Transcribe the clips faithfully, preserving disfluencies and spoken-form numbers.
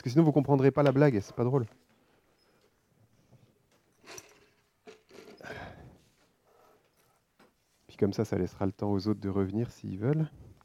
Parce que sinon, vous ne comprendrez pas la blague, et c'est pas drôle. Puis comme ça, ça laissera le temps aux autres de revenir s'ils veulent.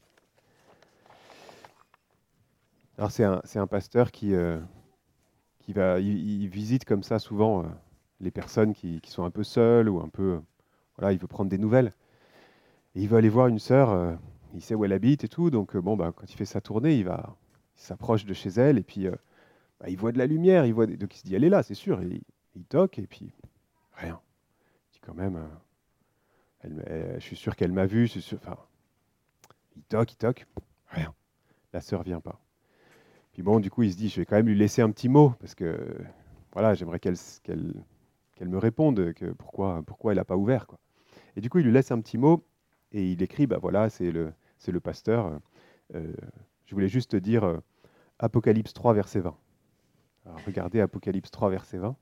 Alors c'est un, c'est un pasteur qui, euh, qui va, il, il visite comme ça souvent euh, les personnes qui, qui sont un peu seules ou un peu, euh, voilà, il veut prendre des nouvelles. Et il veut aller voir une sœur, euh, il sait où elle habite et tout, donc euh, bon, bah, quand il fait sa tournée, il va, il s'approche de chez elle et puis euh, bah, il voit de la lumière, il voit, des- donc il se dit, elle est là, c'est sûr. Et il, il toque et puis rien. Il dit quand même, euh, elle, m'a- euh, je suis sûr qu'elle m'a vu, je suis sûr. Enfin, il toque, il toque, rien. La sœur vient pas. Puis bon, du coup, il se dit, je vais quand même lui laisser un petit mot parce que voilà, j'aimerais qu'elle s- qu'elle qu'elle me réponde, que pourquoi, pourquoi elle n'a pas ouvert, quoi. Et du coup, il lui laisse un petit mot et il écrit, bah voilà, c'est le, c'est le pasteur. Euh, je voulais juste te dire euh, Apocalypse trois, verset vingt. Alors, regardez Apocalypse trois, verset vingt.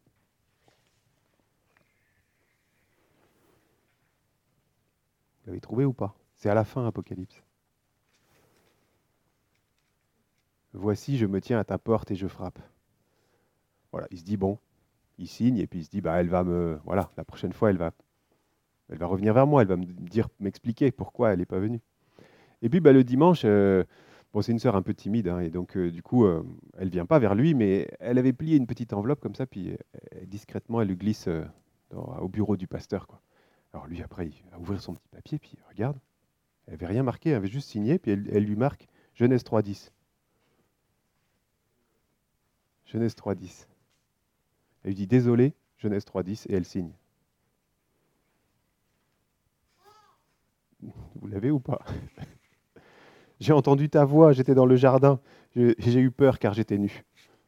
Vous l'avez trouvé ou pas? C'est à la fin, Apocalypse. Voici, je me tiens à ta porte et je frappe. Voilà, il se dit, bon, il signe et puis il se dit, bah elle va me, voilà, la prochaine fois, elle va, elle va revenir vers moi, elle va me dire, m'expliquer pourquoi elle n'est pas venue. Et puis bah, le dimanche, euh, bon, c'est une sœur un peu timide, hein, et donc euh, du coup, euh, elle vient pas vers lui, mais elle avait plié une petite enveloppe comme ça, puis euh, discrètement, elle le glisse euh, dans- au bureau du pasteur, quoi. Alors lui, après, il va ouvrir son petit papier, puis il regarde, elle avait rien marqué, elle avait juste signé, puis elle, elle lui marque Genèse trois dix. Genèse trois dix. Elle lui dit désolé, Genèse trois dix, et elle signe. Vous l'avez ou pas? J'ai entendu ta voix, j'étais dans le jardin, j'ai j'ai eu peur car j'étais nu.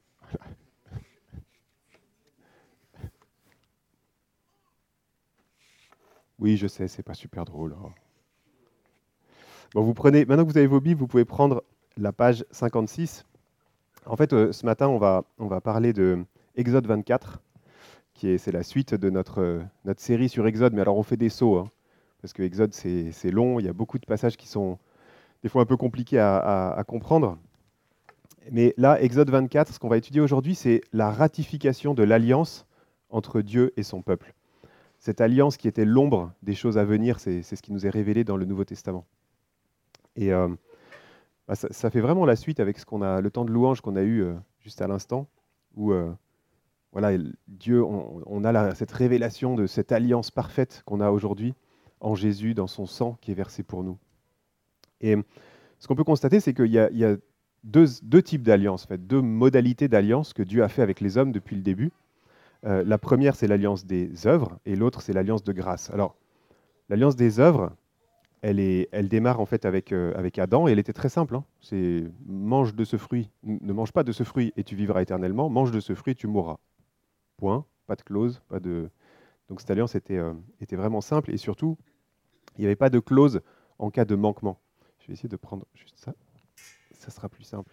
Oui, je sais, c'est pas super drôle, hein. Bon, vous prenez, maintenant que vous avez vos Bibles, vous pouvez prendre la page cinquante-six. En fait, euh, ce matin, on va, on va parler de Exode vingt-quatre, qui est, c'est la suite de notre, euh, notre série sur Exode. Mais alors, on fait des sauts, hein, parce que Exode, c'est, c'est long, il y a beaucoup de passages qui sont des fois un peu compliqués à, à- à comprendre. Mais là, Exode vingt-quatre, ce qu'on va étudier aujourd'hui, c'est la ratification de l'alliance entre Dieu et son peuple. Cette alliance qui était l'ombre des choses à venir, c'est, c'est ce qui nous est révélé dans le Nouveau Testament. Et euh, bah, ça, ça fait vraiment la suite avec ce qu'on a, le temps de louange qu'on a eu euh, juste à l'instant, où euh, voilà, il- Dieu, on, on a la- cette révélation de cette alliance parfaite qu'on a aujourd'hui en Jésus, dans son sang qui est versé pour nous. Et ce qu'on peut constater, c'est qu'il y a, il y a deux, deux types d'alliances, en fait, deux modalités d'alliance que Dieu a fait avec les hommes depuis le début. Euh, la première, c'est l'alliance des œuvres, et l'autre, c'est l'alliance de grâce. Alors, l'alliance des œuvres, elle, est, elle démarre en fait avec, euh, avec Adam, et elle était très simple, hein. C'est mange de ce fruit, ne mange pas de ce fruit et tu vivras éternellement, mange de ce fruit et tu mourras. Point, pas de clause, pas de... Donc cette alliance était, euh, était vraiment simple, et surtout, il n'y avait pas de clause en cas de manquement. Je vais essayer de prendre juste ça, ça sera plus simple.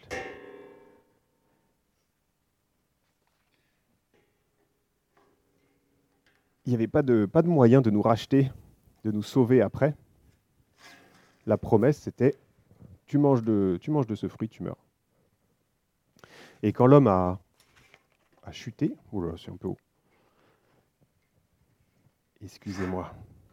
Il n'y avait pas de, pas de moyen de nous racheter, de nous sauver après. La promesse, c'était tu manges de, tu manges de ce fruit, tu meurs. Et quand l'homme a, a chuté, oula, c'est un peu haut, excusez-moi.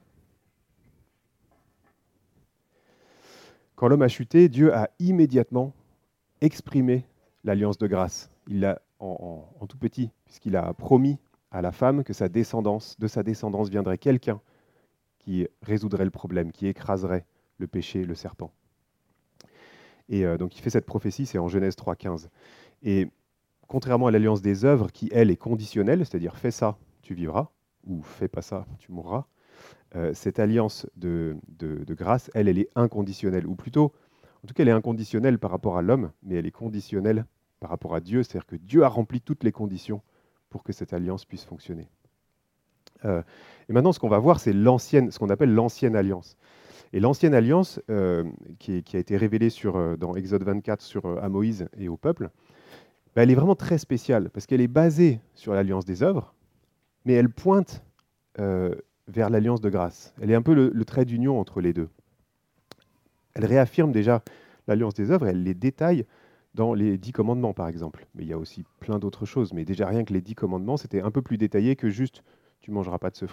Quand l'homme a chuté, Dieu a immédiatement exprimé l'alliance de grâce. Il l'a en, en, en tout petit, puisqu'il a promis à la femme que sa descendance, de sa descendance viendrait quelqu'un qui résoudrait le problème, qui écraserait le péché, le serpent. Et euh, donc il fait cette prophétie, c'est en Genèse trois quinze. Et contrairement à l'alliance des œuvres, qui elle est conditionnelle, c'est-à-dire fais ça, tu vivras, ou fais pas ça, tu mourras, euh, cette alliance de, de, de grâce, elle, elle est inconditionnelle, ou plutôt, en tout cas, elle est inconditionnelle par rapport à l'homme, mais elle est conditionnelle par rapport à Dieu, c'est-à-dire que Dieu a rempli toutes les conditions pour que cette alliance puisse fonctionner. Euh, et maintenant, ce qu'on va voir, c'est l'ancienne, ce qu'on appelle l'ancienne alliance. Et l'ancienne alliance, euh, qui, est- qui a été révélée sur, euh, dans Exode vingt-quatre sur, euh, à Moïse et au peuple, bah, elle est vraiment très spéciale, parce qu'elle est basée sur l'alliance des œuvres, mais elle pointe euh, vers l'alliance de grâce. Elle est un peu le, le trait d'union entre les deux. Elle réaffirme déjà l'alliance des œuvres, elle les détaille dans les dix commandements, par exemple. Mais il y a aussi plein d'autres choses. Mais déjà, rien que les dix commandements, c'était un peu plus détaillé que juste « tu ne mangeras pas de ce fruit ».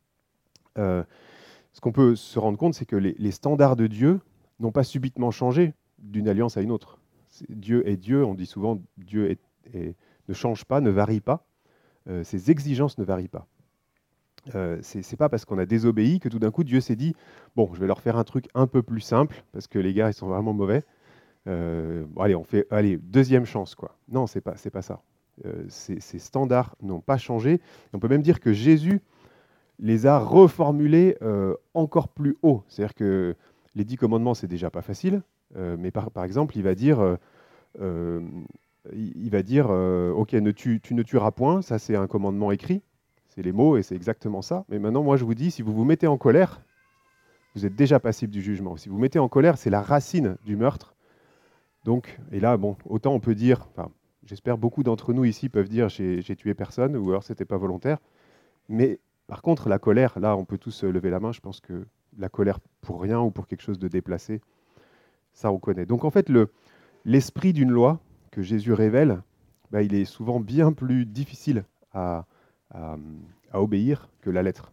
Euh, ce qu'on peut se rendre compte, c'est que les, les standards de Dieu n'ont pas subitement changé d'une alliance à une autre. C'est- Dieu est Dieu, on dit souvent Dieu est- est- ne change pas, ne varie pas. Euh, ses exigences ne varient pas. Euh, c'est c'est pas parce qu'on a désobéi que tout d'un coup Dieu s'est dit bon, je vais leur faire un truc un peu plus simple parce que les gars ils sont vraiment mauvais. Euh, bon, allez, on fait allez deuxième chance quoi. Non, c'est pas c'est pas ça. Euh, ces, ces standards n'ont pas changé. On peut même dire que Jésus les a reformulés euh, encore plus haut. C'est-à-dire que les dix commandements c'est déjà pas facile, euh, mais par, par exemple il va dire euh, euh, il il va dire euh, ok ne tu, tu ne tueras point, ça c'est un commandement écrit. C'est les mots et c'est exactement ça. Mais maintenant, moi, je vous dis, si vous vous mettez en colère, vous êtes déjà passible du jugement. Si vous vous mettez en colère, c'est la racine du meurtre. Donc, et là, bon, autant on peut dire, enfin, j'espère beaucoup d'entre nous ici peuvent dire j'ai j'ai tué personne ou alors c'était pas volontaire. Mais par contre, la colère, là, on peut tous euh, lever la main. Je pense que la colère pour rien ou pour quelque chose de déplacé, ça, on connaît. Donc, en fait, le, l'esprit d'une loi que Jésus révèle, bah, il est souvent bien plus difficile à, à, à obéir que la lettre.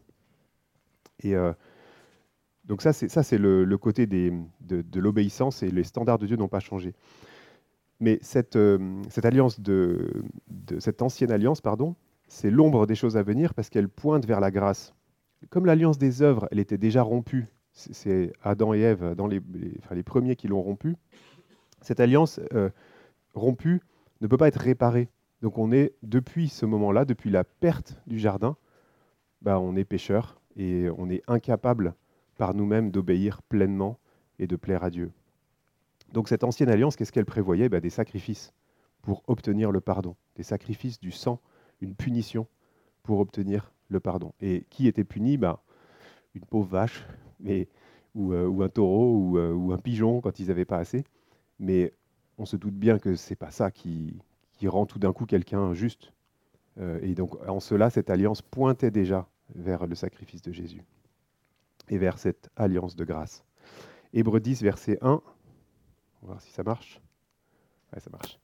Et euh, donc ça, c'est ça, c'est le, le côté des, de, de l'obéissance et les standards de Dieu n'ont pas changé. Mais cette, euh, cette alliance de, de cette ancienne alliance, pardon, c'est l'ombre des choses à venir parce qu'elle pointe vers la grâce. Comme l'alliance des œuvres, elle était déjà rompue. C'est c'est Adam et Ève, dans les, les, enfin, les premiers qui l'ont rompue. Cette alliance euh, rompue ne peut pas être réparée. Donc on est, depuis ce moment-là, depuis la perte du jardin, bah, on est pécheur et on est incapable par nous-mêmes d'obéir pleinement et de plaire à Dieu. Donc cette ancienne alliance, qu'est-ce qu'elle prévoyait? Bah, Des sacrifices pour obtenir le pardon, des sacrifices du sang, une punition pour obtenir le pardon. Et qui était puni? Bah, une pauvre vache, mais, ou, euh, ou un taureau, ou, euh, ou un pigeon quand ils n'avaient pas assez. Mais on se doute bien que c'est pas ça qui, qui rend tout d'un coup quelqu'un juste. Euh, et donc en cela, cette alliance pointait déjà vers le sacrifice de Jésus et vers cette alliance de grâce. Hébreux dix, verset un, on va voir si ça marche. Ouais, ça marche.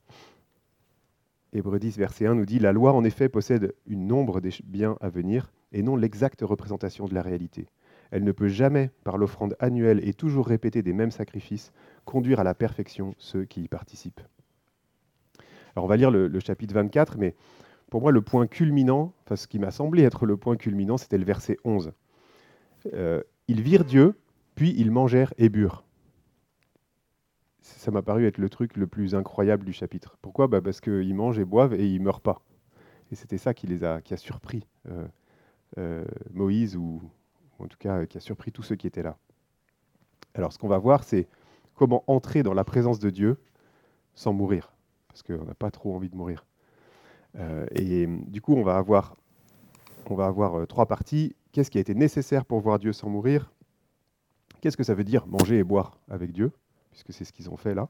Hébreux dix, verset un nous dit « La loi, en effet, possède une nombre des biens à venir et non l'exacte représentation de la réalité. Elle ne peut jamais, par l'offrande annuelle et toujours répétée des mêmes sacrifices, conduire à la perfection ceux qui y participent. » Alors on va lire le, le chapitre vingt-quatre, mais pour moi, le point culminant, enfin ce qui m'a semblé être le point culminant, c'était le verset onze. Euh, ils virent Dieu, puis ils mangèrent et burent. Ça m'a paru être le truc le plus incroyable du chapitre. Pourquoi? Bah parce qu'ils mangent et boivent et ils ne meurent pas. Et c'était ça qui les a, qui a surpris euh, euh, Moïse, ou, ou en tout cas euh, qui a surpris tous ceux qui étaient là. Alors ce qu'on va voir, c'est comment entrer dans la présence de Dieu sans mourir, parce qu'on n'a pas trop envie de mourir. Euh, et du coup, on va avoir, on va avoir euh, trois parties. Qu'est-ce qui a été nécessaire pour voir Dieu sans mourir? Qu'est-ce que ça veut dire manger et boire avec Dieu, puisque c'est ce qu'ils ont fait là.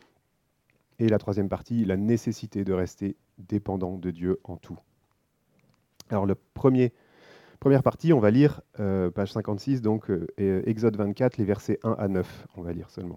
Et la troisième partie, la nécessité de rester dépendant de Dieu en tout. Alors, la premier, première partie, on va lire euh, page cinquante-six, donc euh, Exode vingt-quatre, les versets un à neuf, on va lire seulement.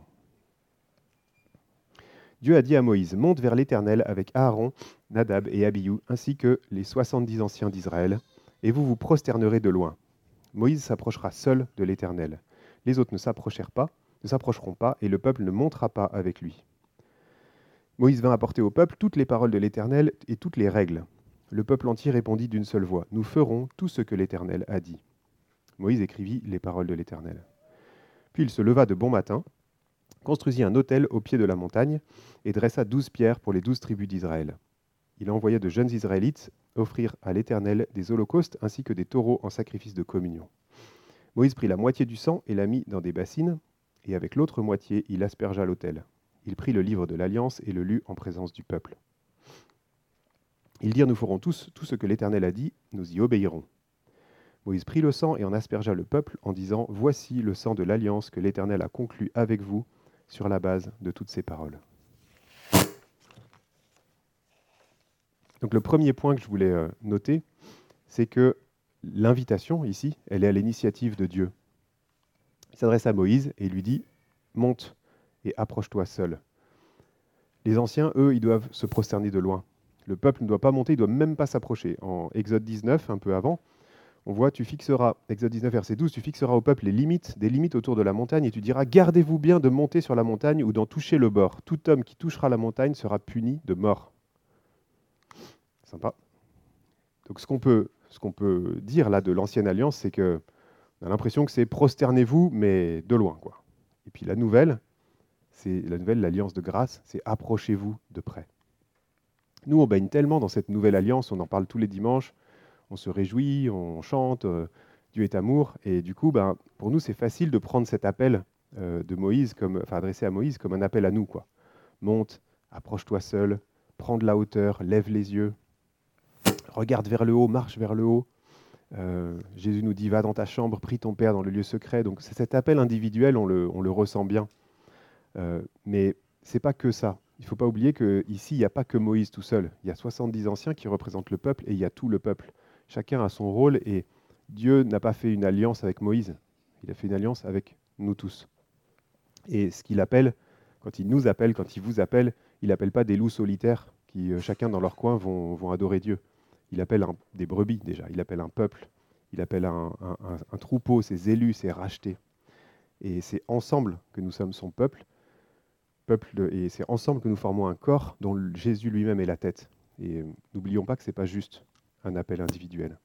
Dieu a dit à Moïse, monte vers l'Éternel avec Aaron, Nadab et Abihu, ainsi que les soixante-dix anciens d'Israël, et vous vous prosternerez de loin. Moïse s'approchera seul de l'Éternel. Les autres ne s'approchèrent pas, ne s'approcheront pas, et le peuple ne montera pas avec lui. Moïse vint apporter au peuple toutes les paroles de l'Éternel et toutes les règles. Le peuple entier répondit d'une seule voix, nous ferons tout ce que l'Éternel a dit. Moïse écrivit les paroles de l'Éternel. Puis il se leva de bon matin, construisit un autel au pied de la montagne et dressa douze pierres pour les douze tribus d'Israël. Il envoya de jeunes Israélites offrir à l'Éternel des holocaustes ainsi que des taureaux en sacrifice de communion. Moïse prit la moitié du sang et la mit dans des bassines, et avec l'autre moitié, il aspergea l'autel. Il prit le livre de l'Alliance et le lut en présence du peuple. Ils dirent, nous ferons tous tout ce que l'Éternel a dit, nous y obéirons. Moïse prit le sang et en aspergea le peuple en disant, voici le sang de l'Alliance que l'Éternel a conclu avec vous sur la base de toutes ces paroles. Donc le premier point que je voulais euh, noter, c'est que l'invitation ici, elle est à l'initiative de Dieu. Il s'adresse à Moïse et il lui dit, monte et approche-toi seul. Les anciens, eux, ils doivent se prosterner de loin. Le peuple ne doit pas monter, il ne doit même pas s'approcher. En Exode dix-neuf, un peu avant, on voit, tu fixeras, Exode dix-neuf, verset douze, tu fixeras au peuple les limites, des limites autour de la montagne, et tu diras, gardez-vous bien de monter sur la montagne ou d'en toucher le bord. Tout homme qui touchera la montagne sera puni de mort. Sympa. Donc ce qu'on peut, ce qu'on peut dire là de l'ancienne alliance, c'est que on a l'impression que c'est prosternez-vous, mais de loin, quoi. Et puis la nouvelle, c'est la nouvelle, l'alliance de grâce, c'est approchez-vous de près. Nous, on baigne tellement dans cette nouvelle alliance, on en parle tous les dimanches, on se réjouit, on chante, euh, Dieu est amour, et du coup, ben, pour nous, c'est facile de prendre cet appel euh, de Moïse, comme, enfin adressé à Moïse, comme un appel à nous, quoi. Monte, approche-toi seul, prends de la hauteur, lève les yeux, regarde vers le haut, marche vers le haut. Euh, Jésus nous dit, va dans ta chambre, prie ton Père dans le lieu secret. Donc c'est cet appel individuel, on le, on le ressent bien. Euh, mais c'est pas que ça. Il ne faut pas oublier qu'ici, il n'y a pas que Moïse tout seul. Il y a soixante-dix anciens qui représentent le peuple et il y a tout le peuple. Chacun a son rôle et Dieu n'a pas fait une alliance avec Moïse. Il a fait une alliance avec nous tous. Et ce qu'il appelle, quand il nous appelle, quand il vous appelle, il n'appelle pas des loups solitaires qui, euh, chacun dans leur coin, vont, vont adorer Dieu. Il appelle un- des brebis déjà, il appelle un peuple, il appelle un, un- un- un troupeau, ses élus, ses rachetés. Et c'est ensemble que nous sommes son peuple, peuple et c'est ensemble que nous formons un corps dont Jésus lui-même est la tête. Et euh, n'oublions pas que ce n'est pas juste un appel individuel.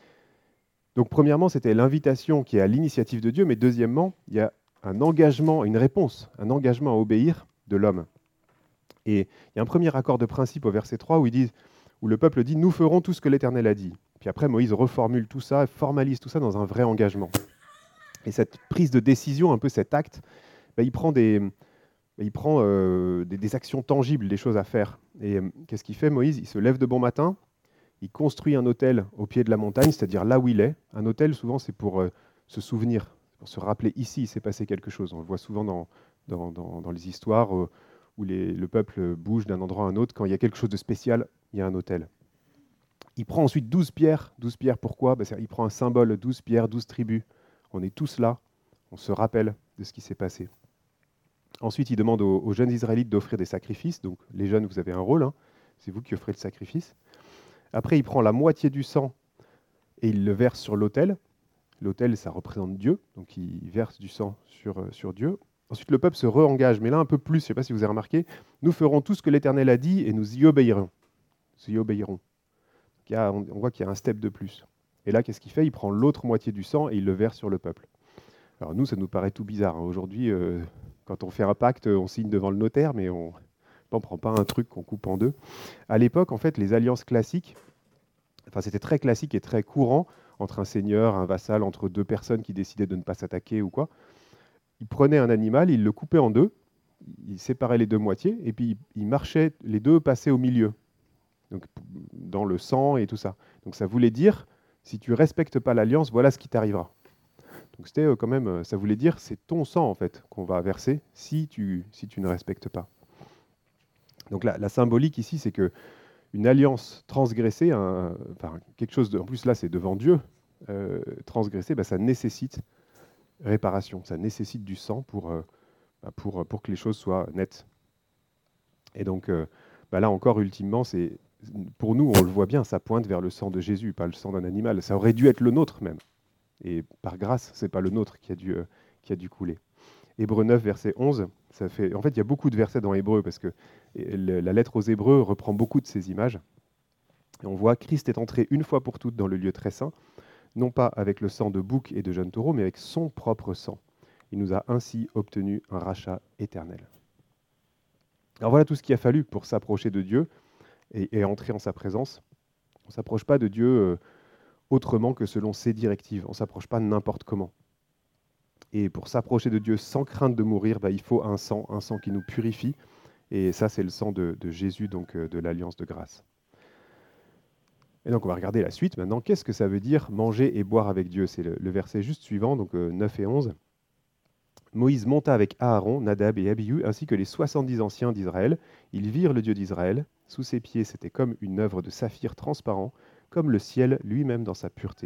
Donc premièrement, c'était l'invitation qui est à l'initiative de Dieu, mais deuxièmement, il y a un engagement, une réponse, un engagement à obéir de l'homme. Et il y a un premier accord de principe au verset trois où, ils disent, où le peuple dit « Nous ferons tout ce que l'Éternel a dit ». Puis après, Moïse reformule tout ça, formalise tout ça dans un vrai engagement. Et cette prise de décision, un peu cet acte, bah, il prend, des, bah, il prend euh, des, des actions tangibles, des choses à faire. Et euh, qu'est-ce qu'il fait, Moïse? Il se lève de bon matin, il construit un autel au pied de la montagne, c'est-à-dire là où il est. Un autel, souvent, c'est pour euh, se souvenir, pour se rappeler ici, il s'est passé quelque chose. On le voit souvent dans, dans, dans, dans les histoires euh, où les, le peuple bouge d'un endroit à un autre. Quand il y a quelque chose de spécial, il y a un autel. Il prend ensuite douze pierres. douze pierres, pourquoi? Ben, il prend un symbole, douze pierres, douze tribus. On est tous là, on se rappelle de ce qui s'est passé. Ensuite, il demande aux, aux jeunes Israélites d'offrir des sacrifices. Donc, les jeunes, vous avez un rôle, hein. C'est vous qui offrez le sacrifice. Après, il prend la moitié du sang et il le verse sur l'autel. L'autel, ça représente Dieu, donc il verse du sang sur, euh, sur Dieu. Ensuite, le peuple se re-engage, mais là un peu plus, je ne sais pas si vous avez remarqué, nous ferons tout ce que l'Éternel a dit et nous y obéirons. Nous y obéirons. Il y a, on, on voit qu'il y a un step de plus. Et là, qu'est-ce qu'il fait? Il prend l'autre moitié du sang et il le verse sur le peuple. Alors nous, ça nous paraît tout bizarre, hein. Aujourd'hui, euh, quand on fait un pacte, on signe devant le notaire, mais on ne prend pas un truc qu'on coupe en deux. À l'époque, en fait, les alliances classiques, enfin, c'était très classique et très courant entre un seigneur, un vassal, entre deux personnes qui décidaient de ne pas s'attaquer ou quoi. Il prenait un animal, il le coupait en deux, il séparait les deux moitiés, et puis il marchait, les deux passaient au milieu, donc dans le sang et tout ça. Donc ça voulait dire, si tu respectes pas l'alliance, voilà ce qui t'arrivera. Donc c'était euh, quand même, euh, ça voulait dire, c'est ton sang en fait qu'on va verser si tu, si tu ne respectes pas. Donc la, la symbolique ici, c'est que une alliance transgressée, un, enfin, quelque chose de, en plus là c'est devant Dieu, euh, transgressée, bah, ça nécessite réparation, ça nécessite du sang pour, euh, bah, pour, pour que les choses soient nettes. Et donc euh, bah, là encore, ultimement, c'est, pour nous, on le voit bien, ça pointe vers le sang de Jésus, pas le sang d'un animal. Ça aurait dû être le nôtre même. Et par grâce, c'est pas le nôtre qui a dû, euh, qui a dû couler. Hébreux neuf, verset onze, ça fait, en fait, il y a beaucoup de versets dans Hébreux, parce que la lettre aux Hébreux reprend beaucoup de ces images. Et on voit Christ est entré une fois pour toutes dans le lieu très saint, non pas avec le sang de bouc et de jeunes taureaux, mais avec son propre sang. Il nous a ainsi obtenu un rachat éternel. Alors voilà tout ce qu'il a fallu pour s'approcher de Dieu et, et entrer en sa présence. On ne s'approche pas de Dieu euh, autrement que selon ses directives. On ne s'approche pas n'importe comment. Et pour s'approcher de Dieu sans crainte de mourir, bah, il faut un sang, un sang qui nous purifie. Et ça, c'est le sang de, de Jésus, donc euh, de l'Alliance de grâce. Et donc, on va regarder la suite maintenant. Qu'est-ce que ça veut dire manger et boire avec Dieu? C'est le, le verset juste suivant, donc euh, neuf et onze. Moïse monta avec Aaron, Nadab et Abihu, ainsi que les soixante-dix anciens d'Israël. Ils virent le Dieu d'Israël. Sous ses pieds, c'était comme une œuvre de saphir transparent, comme le ciel lui-même dans sa pureté.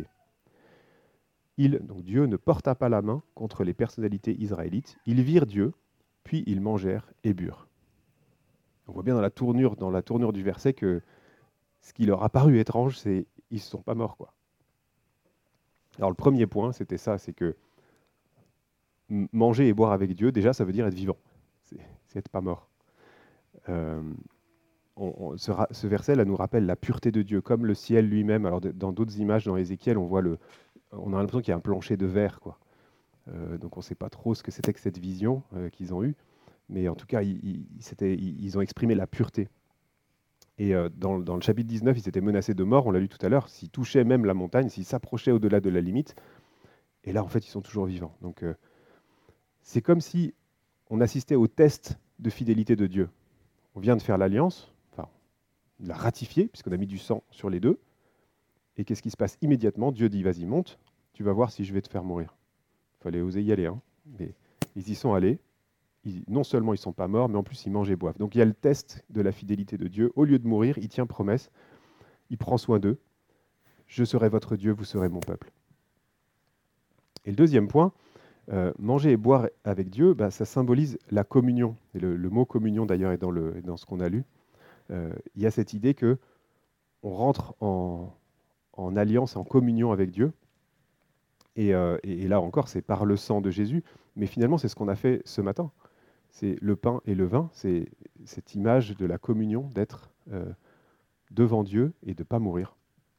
Il, donc Dieu, ne porta pas la main contre les personnalités israélites. Ils virent Dieu, puis ils mangèrent et burent. On voit bien dans la tournure, dans la tournure du verset que ce qui leur a paru étrange, c'est ils ne se sont pas morts, quoi. Alors le premier point, c'était ça, c'est que m- manger et boire avec Dieu, déjà, ça veut dire être vivant. C'est c'est être pas mort. Euh, on- on- ce, ra- ce verset là nous rappelle la pureté de Dieu, comme le ciel lui-même. Alors de- dans d'autres images, dans Ézéchiel, on voit le, on a l'impression qu'il y a un plancher de verre, quoi. Euh, donc on ne sait pas trop ce que c'était que cette vision euh, qu'ils ont eue, mais en tout cas, ils, ils- c'était- ils- ils ont exprimé la pureté. Et euh, dans, dans le chapitre dix-neuf, ils étaient menacés de mort, on l'a lu tout à l'heure, s'ils touchaient même la montagne, s'ils s'approchaient au-delà de la limite. Et là, en fait, ils sont toujours vivants. Donc euh, c'est comme si on assistait au test de fidélité de Dieu. On vient de faire l'alliance, enfin, de la ratifier, puisqu'on a mis du sang sur les deux. Et qu'est-ce qui se passe immédiatement? Dieu dit, vas-y, monte, tu vas voir si je vais te faire mourir. Il fallait oser y aller, hein. Mais ils y sont allés. Ils- non seulement ils ne sont pas morts, mais en plus ils mangent et boivent. Donc il y a le test de la fidélité de Dieu. Au lieu de mourir, il tient promesse, il prend soin d'eux. Je serai votre Dieu, vous serez mon peuple. Et le deuxième point, euh, manger et boire avec Dieu, bah, ça symbolise la communion. Et le, le mot communion d'ailleurs est dans, le, est dans ce qu'on a lu. Euh, il y a cette idée que on rentre en, en alliance, en communion avec Dieu. Et, euh, et- et là encore, c'est par le sang de Jésus. Mais finalement, c'est ce qu'on a fait ce matin. C'est le pain et le vin, c'est cette image de la communion, d'être euh, devant Dieu et de ne pas mourir,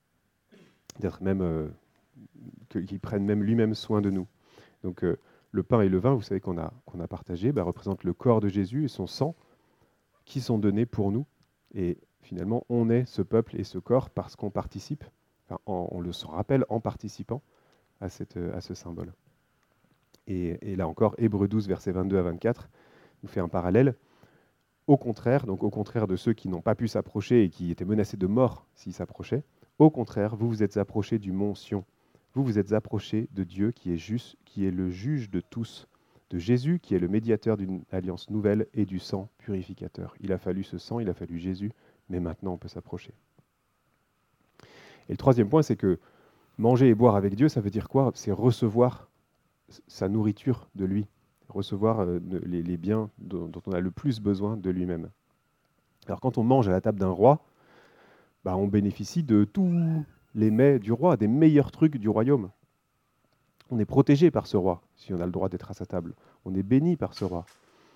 d'être même, euh, que- qu'il prenne même lui-même soin de nous. Donc euh, le pain et le vin, vous savez qu'on a, qu'on a partagé, bah, représentent le corps de Jésus et son sang qui sont donnés pour nous. Et finalement, on est ce peuple et ce corps parce qu'on participe, enfin, en- on le se rappelle en participant à, cette, à ce symbole. Et, et là encore, Hébreux douze, versets vingt-deux à vingt-quatre, nous fait un parallèle. Au contraire, donc au contraire de ceux qui n'ont pas pu s'approcher et qui étaient menacés de mort s'ils s'approchaient, au contraire, vous vous êtes approchés du mont Sion. Vous vous êtes approchés de Dieu qui est juste, qui est le juge de tous, de Jésus qui est le médiateur d'une alliance nouvelle et du sang purificateur. Il a fallu ce sang, il a fallu Jésus, mais maintenant on peut s'approcher. Et le troisième point, c'est que manger et boire avec Dieu, ça veut dire quoi? C'est recevoir sa nourriture de lui, recevoir euh, les, les biens dont, dont on a le plus besoin de lui-même. Alors quand on mange à la table d'un roi, bah, on bénéficie de tous les mets du roi, des meilleurs trucs du royaume. On est protégé par ce roi, si on a le droit d'être à sa table. On est béni par ce roi.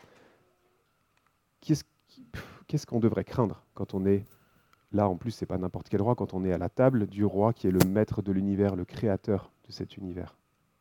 Qu'est-ce qui- pff, qu'est-ce qu'on devrait craindre quand on est là? En plus, c'est pas n'importe quel roi, quand on est à la table du roi qui est le maître de l'univers, le créateur de cet univers.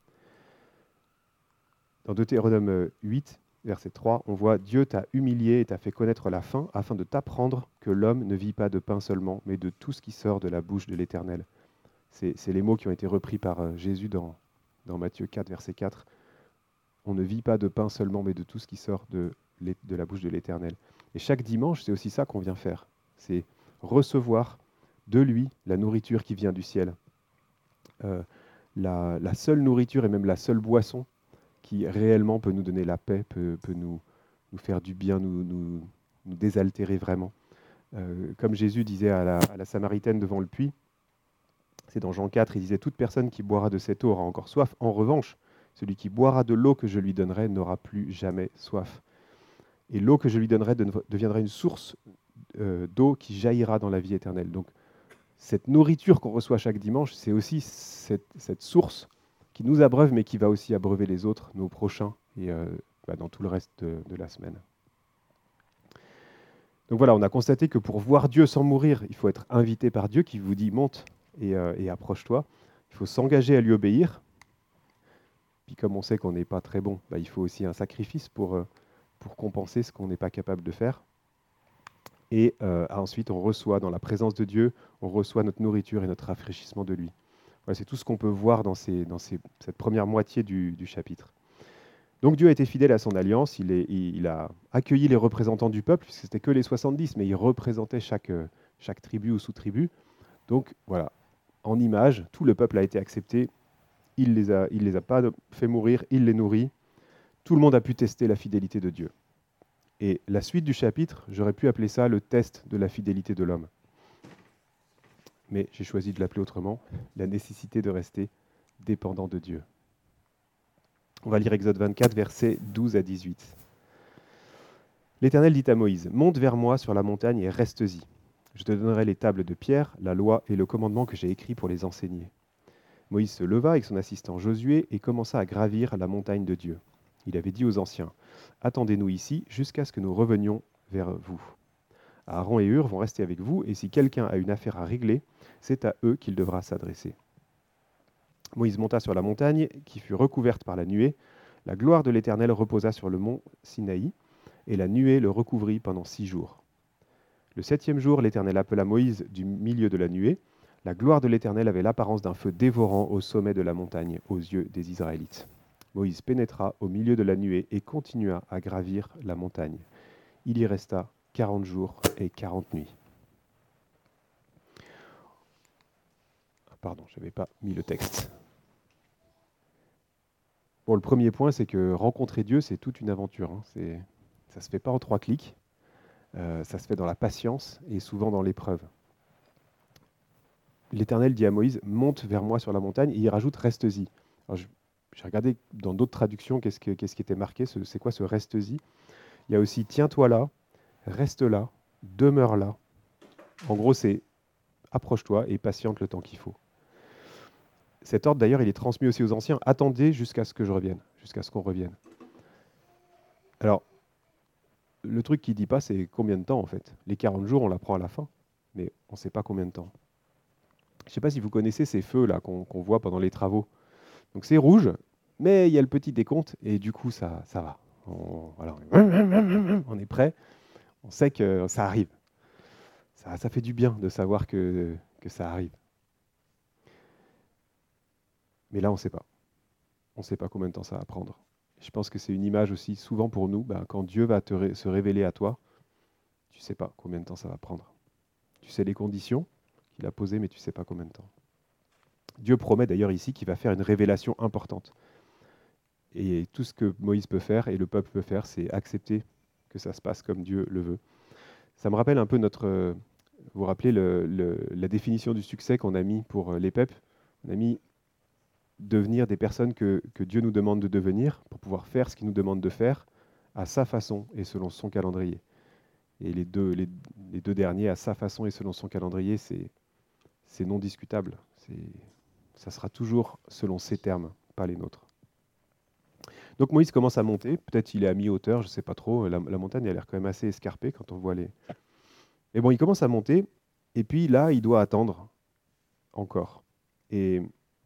Dans Deutéronome euh, huit, verset trois, on voit Dieu t'a humilié et t'a fait connaître la faim afin de t'apprendre que l'homme ne vit pas de pain seulement, mais de tout ce qui sort de la bouche de l'Éternel. C'est, c'est les mots qui ont été repris par euh, Jésus dans, dans Matthieu quatre, verset quatre. On ne vit pas de pain seulement, mais de tout ce qui sort de, l'é- de la bouche de l'Éternel. Et chaque dimanche, c'est aussi ça qu'on vient faire. C'est recevoir de lui la nourriture qui vient du ciel. Euh, la, la seule nourriture et même la seule boisson qui réellement peut nous donner la paix, peut, peut nous, nous faire du bien, nous, nous, nous désaltérer vraiment. Euh, comme Jésus disait à la, à la Samaritaine devant le puits, c'est dans Jean quatre, il disait « Toute personne qui boira de cette eau aura encore soif. En revanche, celui qui boira de l'eau que je lui donnerai n'aura plus jamais soif. Et l'eau que je lui donnerai deviendra une source euh, d'eau qui jaillira dans la vie éternelle. » Donc, cette nourriture qu'on reçoit chaque dimanche, c'est aussi cette, cette source qui nous abreuve, mais qui va aussi abreuver les autres, nos prochains, et euh, bah, dans tout le reste de, de la semaine. Donc voilà, on a constaté que pour voir Dieu sans mourir, il faut être invité par Dieu qui vous dit monte et, euh, et approche-toi. Il faut s'engager à lui obéir. Puis comme on sait qu'on n'est pas très bon, bah, il faut aussi un sacrifice pour, euh, pour compenser ce qu'on n'est pas capable de faire. Et euh, ensuite, on reçoit dans la présence de Dieu, on reçoit notre nourriture et notre rafraîchissement de lui. Voilà, c'est tout ce qu'on peut voir dans, ces, dans ces, cette première moitié du, du chapitre. Donc Dieu a été fidèle à son alliance, il, est, il a accueilli les représentants du peuple, puisque c'était que les soixante-dix, mais il représentait chaque, chaque tribu ou sous-tribu. Donc voilà, en image, tout le peuple a été accepté, il ne les, a, il les a pas fait mourir, il les nourrit. Tout le monde a pu tester la fidélité de Dieu. Et la suite du chapitre, j'aurais pu appeler ça le test de la fidélité de l'homme. Mais j'ai choisi de l'appeler autrement, la nécessité de rester dépendant de Dieu. On va lire Exode vingt-quatre, versets douze à dix-huit. L'Éternel dit à Moïse, « Monte vers moi sur la montagne et reste-y. Je te donnerai les tables de pierre, la loi et le commandement que j'ai écrit pour les enseigner. » Moïse se leva avec son assistant Josué et commença à gravir la montagne de Dieu. Il avait dit aux anciens, « Attendez-nous ici jusqu'à ce que nous revenions vers vous. Aaron et Hur vont rester avec vous, et si quelqu'un a une affaire à régler, c'est à eux qu'il devra s'adresser. » Moïse monta sur la montagne, qui fut recouverte par la nuée. La gloire de l'Éternel reposa sur le mont Sinaï, et la nuée le recouvrit pendant six jours. Le septième jour, l'Éternel appela Moïse du milieu de la nuée. La gloire de l'Éternel avait l'apparence d'un feu dévorant au sommet de la montagne, aux yeux des Israélites. Moïse pénétra au milieu de la nuée et continua à gravir la montagne. Il y resta quarante jours et quarante nuits. Pardon, je n'avais pas mis le texte. Bon, le premier point, c'est que rencontrer Dieu, c'est toute une aventure. Hein. C'est, ça ne se fait pas en trois clics. Euh, ça se fait dans la patience et souvent dans l'épreuve. L'Éternel dit à Moïse, « Monte vers moi sur la montagne » et il rajoute « Reste-y ». Alors, je, j'ai regardé dans d'autres traductions qu'est-ce, que, qu'est-ce qui était marqué, ce, c'est quoi ce « Reste-y ». Il y a aussi « Tiens-toi là »,« Reste là »,« Demeure là ». En gros, c'est « Approche-toi et patiente le temps qu'il faut ». Cet ordre, d'ailleurs, il est transmis aussi aux anciens. Attendez jusqu'à ce que je revienne, jusqu'à ce qu'on revienne. Alors, le truc qu'il ne dit pas, c'est combien de temps, en fait. Les quarante jours, on l'apprend à la fin, mais on ne sait pas combien de temps. Je ne sais pas si vous connaissez ces feux-là qu'on, qu'on voit pendant les travaux. Donc, c'est rouge, mais il y a le petit décompte, et du coup, ça, ça va. On, voilà, on est prêt, on sait que ça arrive. Ça, ça fait du bien de savoir que, que ça arrive. Mais là, on ne sait pas. On ne sait pas combien de temps ça va prendre. Je pense que c'est une image aussi, souvent pour nous, bah, quand Dieu va te ré- se révéler à toi, tu ne sais pas combien de temps ça va prendre. Tu sais les conditions qu'il a posées, mais tu ne sais pas combien de temps. Dieu promet d'ailleurs ici qu'il va faire une révélation importante. Et tout ce que Moïse peut faire et le peuple peut faire, c'est accepter que ça se passe comme Dieu le veut. Ça me rappelle un peu notre... euh, vous vous rappelez le, le, la définition du succès qu'on a mis pour euh, les P E P. On a mis devenir des personnes que, que Dieu nous demande de devenir pour pouvoir faire ce qu'il nous demande de faire à sa façon et selon son calendrier. Et les deux, les, les deux derniers, à sa façon et selon son calendrier, c'est, c'est non discutable. C'est, ça sera toujours selon ses termes, pas les nôtres. Donc Moïse commence à monter, peut-être il est à mi-hauteur, je ne sais pas trop, la, la montagne a l'air quand même assez escarpée quand on voit les... Mais bon, il commence à monter, et puis là, il doit attendre encore. Et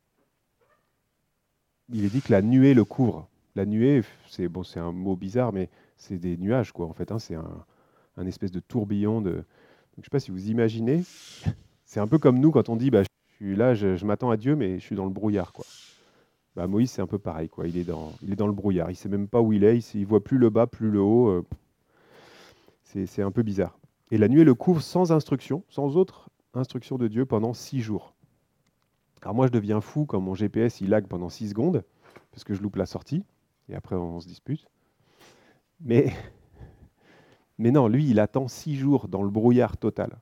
il est dit que la nuée le couvre. La nuée, c'est bon, c'est un mot bizarre, mais c'est des nuages, quoi, en fait. Hein, c'est un, un espèce de tourbillon. De... Donc, je ne sais pas si vous imaginez. C'est un peu comme nous quand on dit, bah, je suis là, je, je m'attends à Dieu, mais je suis dans le brouillard, quoi. Bah, Moïse, c'est un peu pareil, quoi. Il est dans, il est dans le brouillard. Il ne sait même pas où il est. Il ne voit plus le bas, plus le haut. Euh, c'est, c'est un peu bizarre. Et la nuée le couvre sans instruction, sans autre instruction de Dieu pendant six jours. Alors moi, je deviens fou quand mon G P S il lag pendant six secondes, parce que je loupe la sortie, et après on se dispute. Mais, mais non, lui, il attend six jours dans le brouillard total.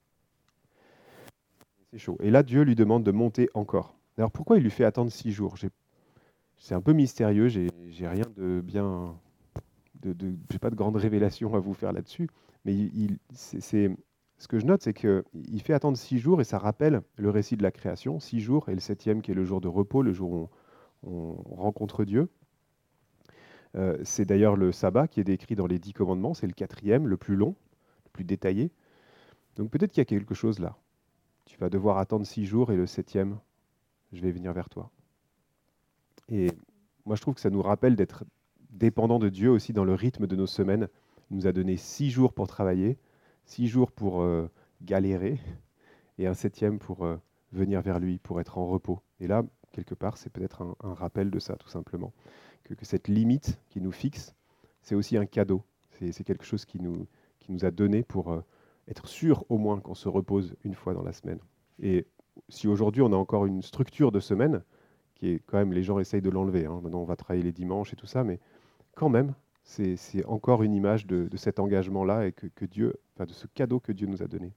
C'est chaud. Et là, Dieu lui demande de monter encore. Alors pourquoi il lui fait attendre six jours? J'ai... C'est un peu mystérieux, j'ai, j'ai rien de bien... De, de... J'ai pas de grande révélation à vous faire là-dessus, mais il, il- c'est, c'est- ce que je note, c'est qu'il fait attendre six jours, et ça rappelle le récit de la création, six jours, et le septième qui est le jour de repos, le jour où on, on rencontre Dieu. Euh, c'est d'ailleurs le sabbat qui est décrit dans les dix commandements, c'est le quatrième, le plus long, le plus détaillé. Donc peut-être qu'il y a quelque chose là. Tu vas devoir attendre six jours et le septième, je vais venir vers toi. Et moi je trouve que ça nous rappelle d'être dépendant de Dieu aussi dans le rythme de nos semaines. Il nous a donné six jours pour travailler, six jours pour euh, galérer, et un septième pour euh, venir vers lui, pour être en repos. Et là, quelque part, c'est peut-être un, un rappel de ça, tout simplement. Que, que cette limite qui nous fixe, c'est aussi un cadeau. C'est, c'est quelque chose qui nous, qui nous a donné pour euh, être sûr au moins qu'on se repose une fois dans la semaine. Et si aujourd'hui on a encore une structure de semaine, qui est quand même, les gens essayent de l'enlever, hein. Maintenant on va travailler les dimanches et tout ça, mais quand même, c'est, c'est encore une image de, de cet engagement-là et que, que Dieu, enfin de ce cadeau que Dieu nous a donné.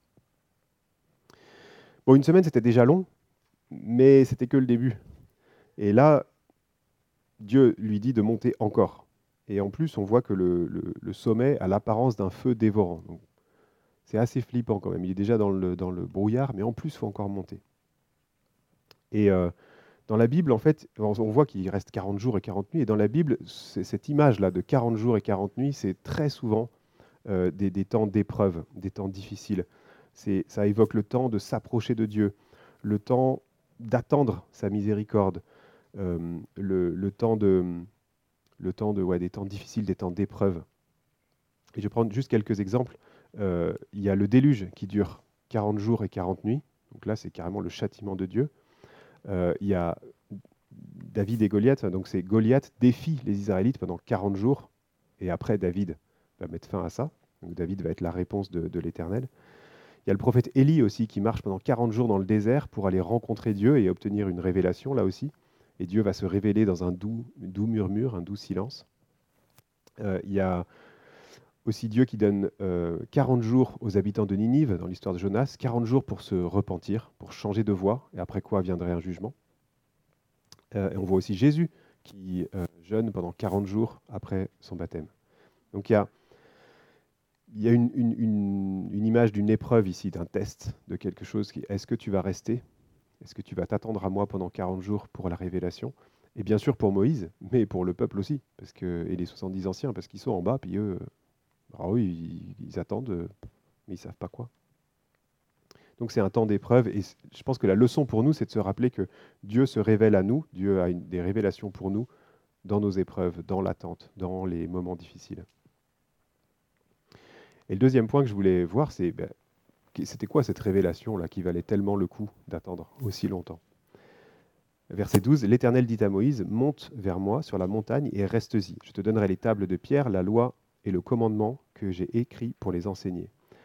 Bon, une semaine c'était déjà long, mais c'était que le début. Et là, Dieu lui dit de monter encore. Et en plus, on voit que le, le- le sommet a l'apparence d'un feu dévorant. Donc, c'est assez flippant quand même. Il est déjà dans le, dans le brouillard, mais en plus, il faut encore monter. Et euh, dans la Bible, en fait, on, on voit qu'il reste quarante jours et quarante nuits. Et dans la Bible, c'est- cette image-là de quarante jours et quarante nuits, c'est très souvent euh, des, des temps d'épreuve, des temps difficiles. C'est, ça évoque le temps de s'approcher de Dieu, le temps d'attendre sa miséricorde, euh, le, le temps de, le temps de, ouais, des temps difficiles, des temps d'épreuve. Et je vais prendre juste quelques exemples. Euh, il y a le déluge qui dure quarante jours et quarante nuits. Donc là, c'est carrément le châtiment de Dieu. Euh, il y a David et Goliath. Donc c'est Goliath défie les Israélites pendant quarante jours. Et après, David va mettre fin à ça. Donc David va être la réponse de, de l'Éternel. Il y a le prophète Élie aussi qui marche pendant quarante jours dans le désert pour aller rencontrer Dieu et obtenir une révélation là aussi. Et Dieu va se révéler dans un doux, doux murmure, un doux silence. Euh, il y a aussi Dieu qui donne euh, quarante jours aux habitants de Ninive dans l'histoire de Jonas, quarante jours pour se repentir, pour changer de voie, et après quoi viendrait un jugement. Euh, et on voit aussi Jésus qui euh, jeûne pendant quarante jours après son baptême. Donc il y a, il y a une, une- une- une image d'une épreuve ici, d'un test, de quelque chose qui est-ce que tu vas rester? Est-ce que tu vas t'attendre à moi pendant quarante jours pour la révélation? Et bien sûr pour Moïse, mais pour le peuple aussi, parce que, et les soixante-dix anciens, parce qu'ils sont en bas, puis eux, ah oui, ils, ils attendent, euh, mais ils ne savent pas quoi. Donc c'est un temps d'épreuve, et c- je pense que la leçon pour nous, c'est de se rappeler que Dieu se révèle à nous, Dieu a une- des révélations pour nous dans nos épreuves, dans l'attente, dans les moments difficiles. Et le deuxième point que je voulais voir, c'est ben, qui- c'était quoi cette révélation-là qui valait tellement le coup d'attendre aussi longtemps? Verset douze, l'Éternel dit à Moïse, monte vers moi sur la montagne et reste-y. Je te donnerai les tables de pierre, la loi et le commandement que j'ai écrit pour les enseigner.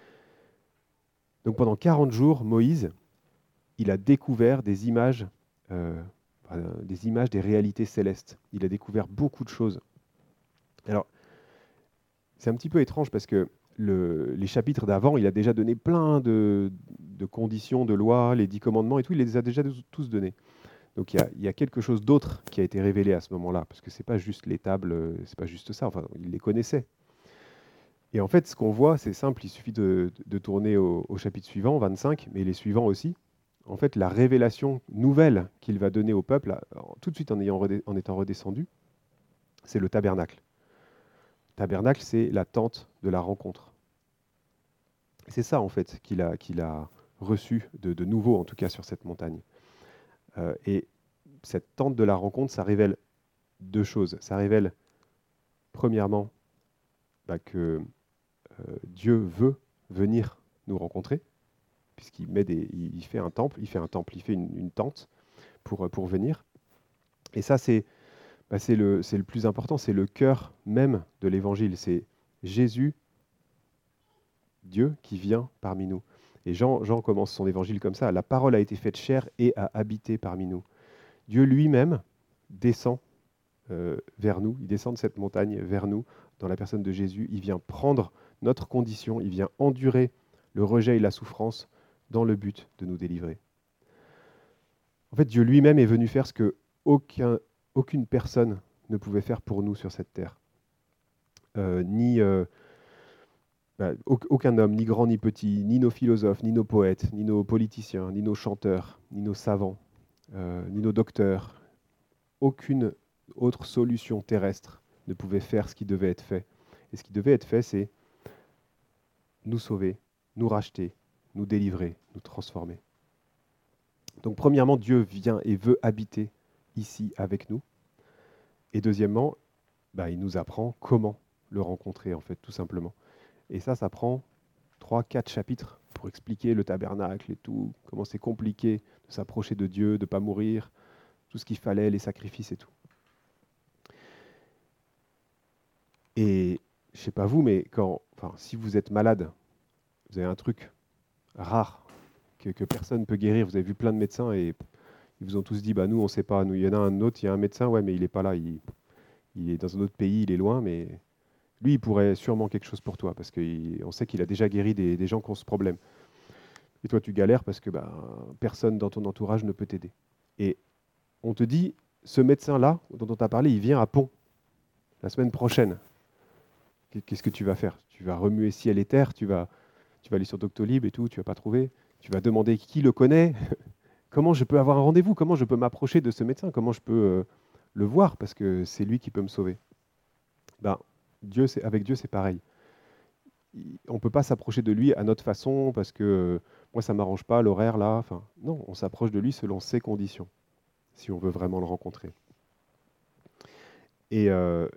Donc pendant quarante jours, Moïse, il a découvert des images, euh, euh, des images des réalités célestes. Il a découvert beaucoup de choses. Alors, c'est un petit peu étrange parce que le- les chapitres d'avant, il a déjà donné plein de, de conditions, de lois, les dix commandements et tout, il les a déjà tous donnés. Donc il y a, il y a quelque chose d'autre qui a été révélé à ce moment-là, parce que c'est pas juste les tables, euh, c'est pas juste ça, enfin, il les connaissait. Et en fait, ce qu'on voit, c'est simple, il suffit de, de tourner au, au chapitre suivant, vingt-cinq, mais les suivants aussi. En fait, la révélation nouvelle qu'il va donner au peuple, là, tout de suite en, ayant redé- en étant redescendu, c'est le tabernacle. Le tabernacle, c'est la tente de la rencontre. C'est ça, en fait, qu'il a, qu'il a reçu de, de nouveau, en tout cas sur cette montagne. Euh, et cette tente de la rencontre, ça révèle deux choses. Ça révèle, premièrement, bah, que euh, Dieu veut venir nous rencontrer, puisqu'il met des, il il fait un temple, il fait un temple, il fait une, une tente pour, euh, pour venir. Et ça, c'est bah, c'est le, c'est le plus important, c'est le cœur même de l'évangile. C'est Jésus, Dieu, qui vient parmi nous. Et Jean, Jean commence son évangile comme ça. La parole a été faite chair et a habité parmi nous. Dieu lui-même descend euh, vers nous, il descend de cette montagne vers nous, dans la personne de Jésus. Il vient prendre notre condition, il vient endurer le rejet et la souffrance dans le but de nous délivrer. En fait, Dieu lui-même est venu faire ce que aucun, aucune personne ne pouvait faire pour nous sur cette terre. Euh, ni euh, bah, aucun homme, ni grand ni petit, ni nos philosophes, ni nos poètes, ni nos politiciens, ni nos chanteurs, ni nos savants, euh, ni nos docteurs. Aucune autre solution terrestre ne pouvait faire ce qui devait être fait. Et ce qui devait être fait, c'est nous sauver, nous racheter, nous délivrer, nous transformer. Donc premièrement, Dieu vient et veut habiter ici avec nous. Et deuxièmement, bah, il nous apprend comment le rencontrer, en fait, tout simplement. Et ça, ça prend trois, quatre chapitres pour expliquer le tabernacle et tout, comment c'est compliqué de s'approcher de Dieu, de ne pas mourir, tout ce qu'il fallait, les sacrifices et tout. Et je sais pas vous, mais quand, enfin, si vous êtes malade, vous avez un truc rare que, que personne ne peut guérir, vous avez vu plein de médecins et ils vous ont tous dit, bah nous on sait pas, nous il y en a un autre, il y a un médecin, ouais mais il est pas là, il, il est dans un autre pays, il est loin, mais lui il pourrait sûrement quelque chose pour toi parce qu'on sait qu'il a déjà guéri des, des gens qui ont ce problème. Et toi tu galères parce que bah, personne dans ton entourage ne peut t'aider. Et on te dit, ce médecin-là dont on t'a parlé, il vient à Pont, la semaine prochaine, qu'est-ce que tu vas faire? Tu vas remuer ciel et terre, tu vas, tu vas aller sur Doctolib et tout, tu vas pas trouver. Tu vas demander qui le connaît. Comment je peux avoir un rendez-vous? Comment je peux m'approcher de ce médecin? Comment je peux euh, le voir? Parce que c'est lui qui peut me sauver. Ben, Dieu, c'est, avec Dieu, c'est pareil. Il- on ne peut pas s'approcher de lui à notre façon parce que euh, moi, ça ne m'arrange pas, l'horaire là. Enfin, non, on s'approche de lui selon ses conditions, si on veut vraiment le rencontrer. Et, euh,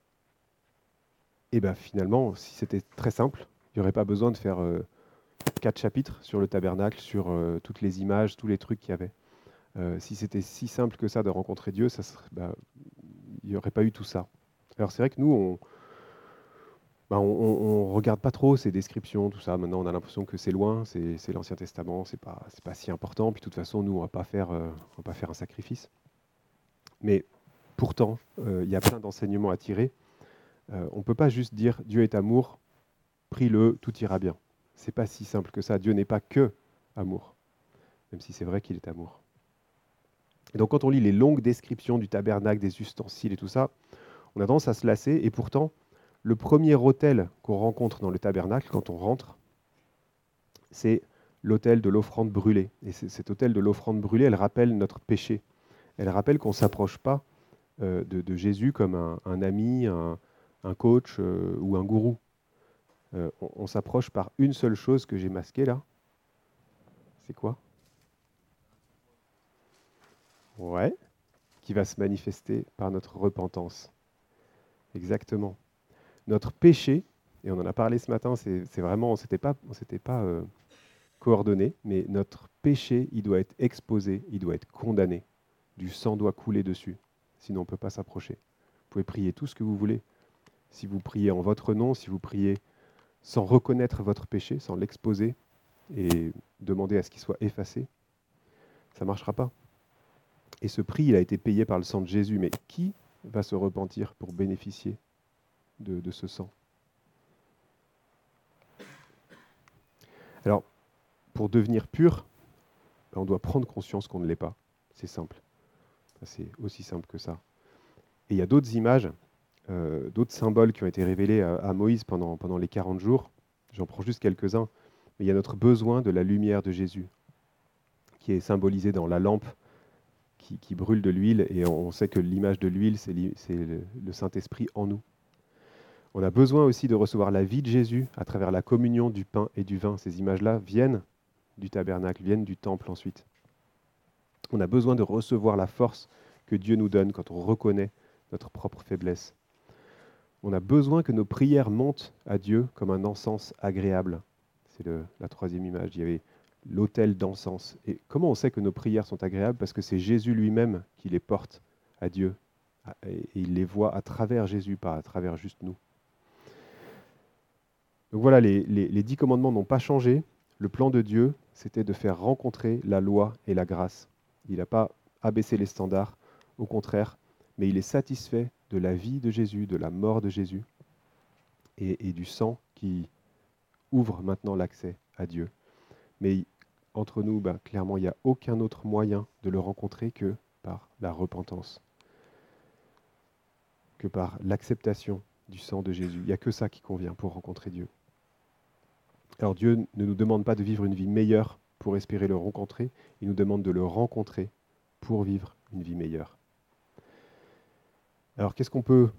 et ben, finalement, si c'était très simple, il n'y aurait pas besoin de faire euh, quatre chapitres sur le tabernacle, sur euh, toutes les images, tous les trucs qu'il y avait. Euh, si c'était si simple que ça de rencontrer Dieu, ça serait, bah, il n'y aurait pas eu tout ça. Alors c'est vrai que nous, on bah, on ne regarde pas trop ces descriptions, tout ça. Maintenant, on a l'impression que c'est loin, c'est c'est l'Ancien Testament, c'est pas, c'est pas si important. Puis de toute façon, nous, on va pas faire, euh, on va pas faire un sacrifice. Mais pourtant, euh, il y a plein d'enseignements à tirer. Euh, on ne peut pas juste dire Dieu est amour, prie-le, tout ira bien. C'est pas si simple que ça. Dieu n'est pas que amour, même si c'est vrai qu'il est amour. Et donc, quand on lit les longues descriptions du tabernacle, des ustensiles et tout ça, on a tendance à se lasser. Et pourtant, le premier autel qu'on rencontre dans le tabernacle, quand on rentre, c'est l'autel de l'offrande brûlée. Et cet autel de l'offrande brûlée, elle rappelle notre péché. Elle rappelle qu'on ne s'approche pas euh, de, de Jésus comme un, un ami, un, un coach euh, ou un gourou. Euh, on on s'approche par une seule chose que j'ai masquée là. C'est quoi? Ouais, qui va se manifester par notre repentance. Exactement. Notre péché, et on en a parlé ce matin, c'est c'est vraiment, on s'était pas, on s'était pas euh, coordonné, mais notre péché, il doit être exposé, il doit être condamné. Du sang doit couler dessus, sinon on ne peut pas s'approcher. Vous pouvez prier tout ce que vous voulez. Si vous priez en votre nom, si vous priez sans reconnaître votre péché, sans l'exposer et demander à ce qu'il soit effacé, ça ne marchera pas. Et ce prix, il a été payé par le sang de Jésus. Mais qui va se repentir pour bénéficier de, de ce sang? Alors, pour devenir pur, ben, on doit prendre conscience qu'on ne l'est pas. C'est simple. C'est aussi simple que ça. Et il y a d'autres images, euh, d'autres symboles qui ont été révélés à, à Moïse pendant, pendant les quarante jours. J'en prends juste quelques-uns. Mais il y a notre besoin de la lumière de Jésus, qui est symbolisée dans la lampe qui, qui brûle de l'huile. Et on, on sait que l'image de l'huile, c'est li- c'est le, le Saint-Esprit en nous. On a besoin aussi de recevoir la vie de Jésus à travers la communion du pain et du vin. Ces images-là viennent du tabernacle, viennent du temple ensuite. On a besoin de recevoir la force que Dieu nous donne quand on reconnaît notre propre faiblesse. On a besoin que nos prières montent à Dieu comme un encens agréable. C'est le- la troisième image. Il y avait l'autel d'encens. Et comment on sait que nos prières sont agréables? Parce que c'est Jésus lui-même qui les porte à Dieu. Et il les voit à travers Jésus, pas à travers juste nous. Donc voilà, les, les- les dix commandements n'ont pas changé. Le plan de Dieu, c'était de faire rencontrer la loi et la grâce. Il n'a pas abaissé les standards, au contraire, mais il est satisfait de la vie de Jésus, de la mort de Jésus et, et du sang qui ouvre maintenant l'accès à Dieu. Mais entre nous, ben, clairement, il n'y a aucun autre moyen de le rencontrer que par la repentance, que par l'acceptation du sang de Jésus. Il n'y a que ça qui convient pour rencontrer Dieu. Alors Dieu ne nous demande pas de vivre une vie meilleure pour espérer le rencontrer, il nous demande de le rencontrer pour vivre une vie meilleure. Alors qu'est-ce qu'on peut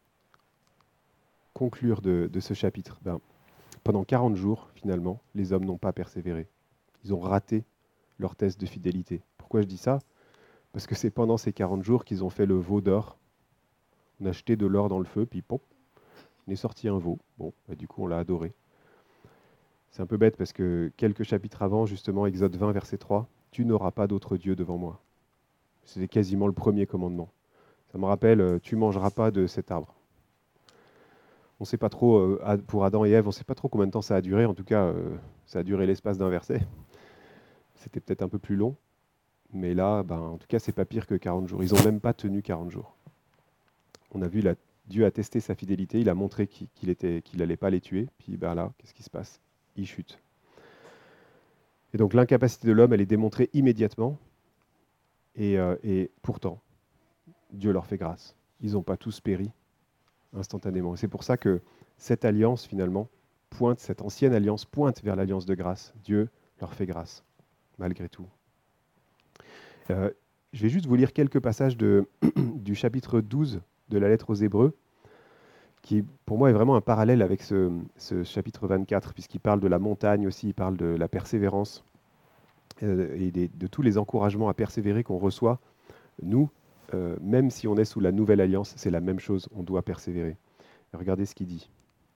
conclure de, de ce chapitre? Ben, pendant quarante jours, finalement, les hommes n'ont pas persévéré. Ils ont raté leur test de fidélité. Pourquoi je dis ça? Parce que c'est pendant ces quarante jours qu'ils ont fait le veau d'or. On a jeté de l'or dans le feu, puis pop, on est sorti un veau. Bon, bah, du coup, on l'a adoré. C'est un peu bête parce que quelques chapitres avant, justement, Exode vingt, verset trois, « Tu n'auras pas d'autre Dieu devant moi ». C'était quasiment le premier commandement. Ça me rappelle, euh, tu ne mangeras pas de cet arbre. On ne sait pas trop, euh, pour Adam et Ève, on ne sait pas trop combien de temps ça a duré. En tout cas, euh, ça a duré l'espace d'un verset. C'était peut-être un peu plus long. Mais là, ben, en tout cas, c'est pas pire que quarante jours. Ils n'ont même pas tenu quarante jours. On a vu, là, Dieu a testé sa fidélité. Il a montré qu'il n'allait qu'il allait pas les tuer. Puis ben là, qu'est-ce qui se passe? Ils chutent. Et donc l'incapacité de l'homme, elle est démontrée immédiatement. Et, euh, et pourtant, Dieu leur fait grâce. Ils n'ont pas tous péri. instantanément. Et c'est pour ça que cette alliance, finalement, pointe, cette ancienne alliance pointe vers l'alliance de grâce. Dieu leur fait grâce, malgré tout. Euh, je vais juste vous lire quelques passages de, du chapitre douze de la lettre aux Hébreux, qui pour moi est vraiment un parallèle avec ce, ce chapitre vingt-quatre, puisqu'il parle de la montagne aussi, il parle de la persévérance euh, et des, de tous les encouragements à persévérer qu'on reçoit. Nous, euh, même si on est sous la nouvelle alliance, c'est la même chose, on doit persévérer. Et regardez ce qu'il dit.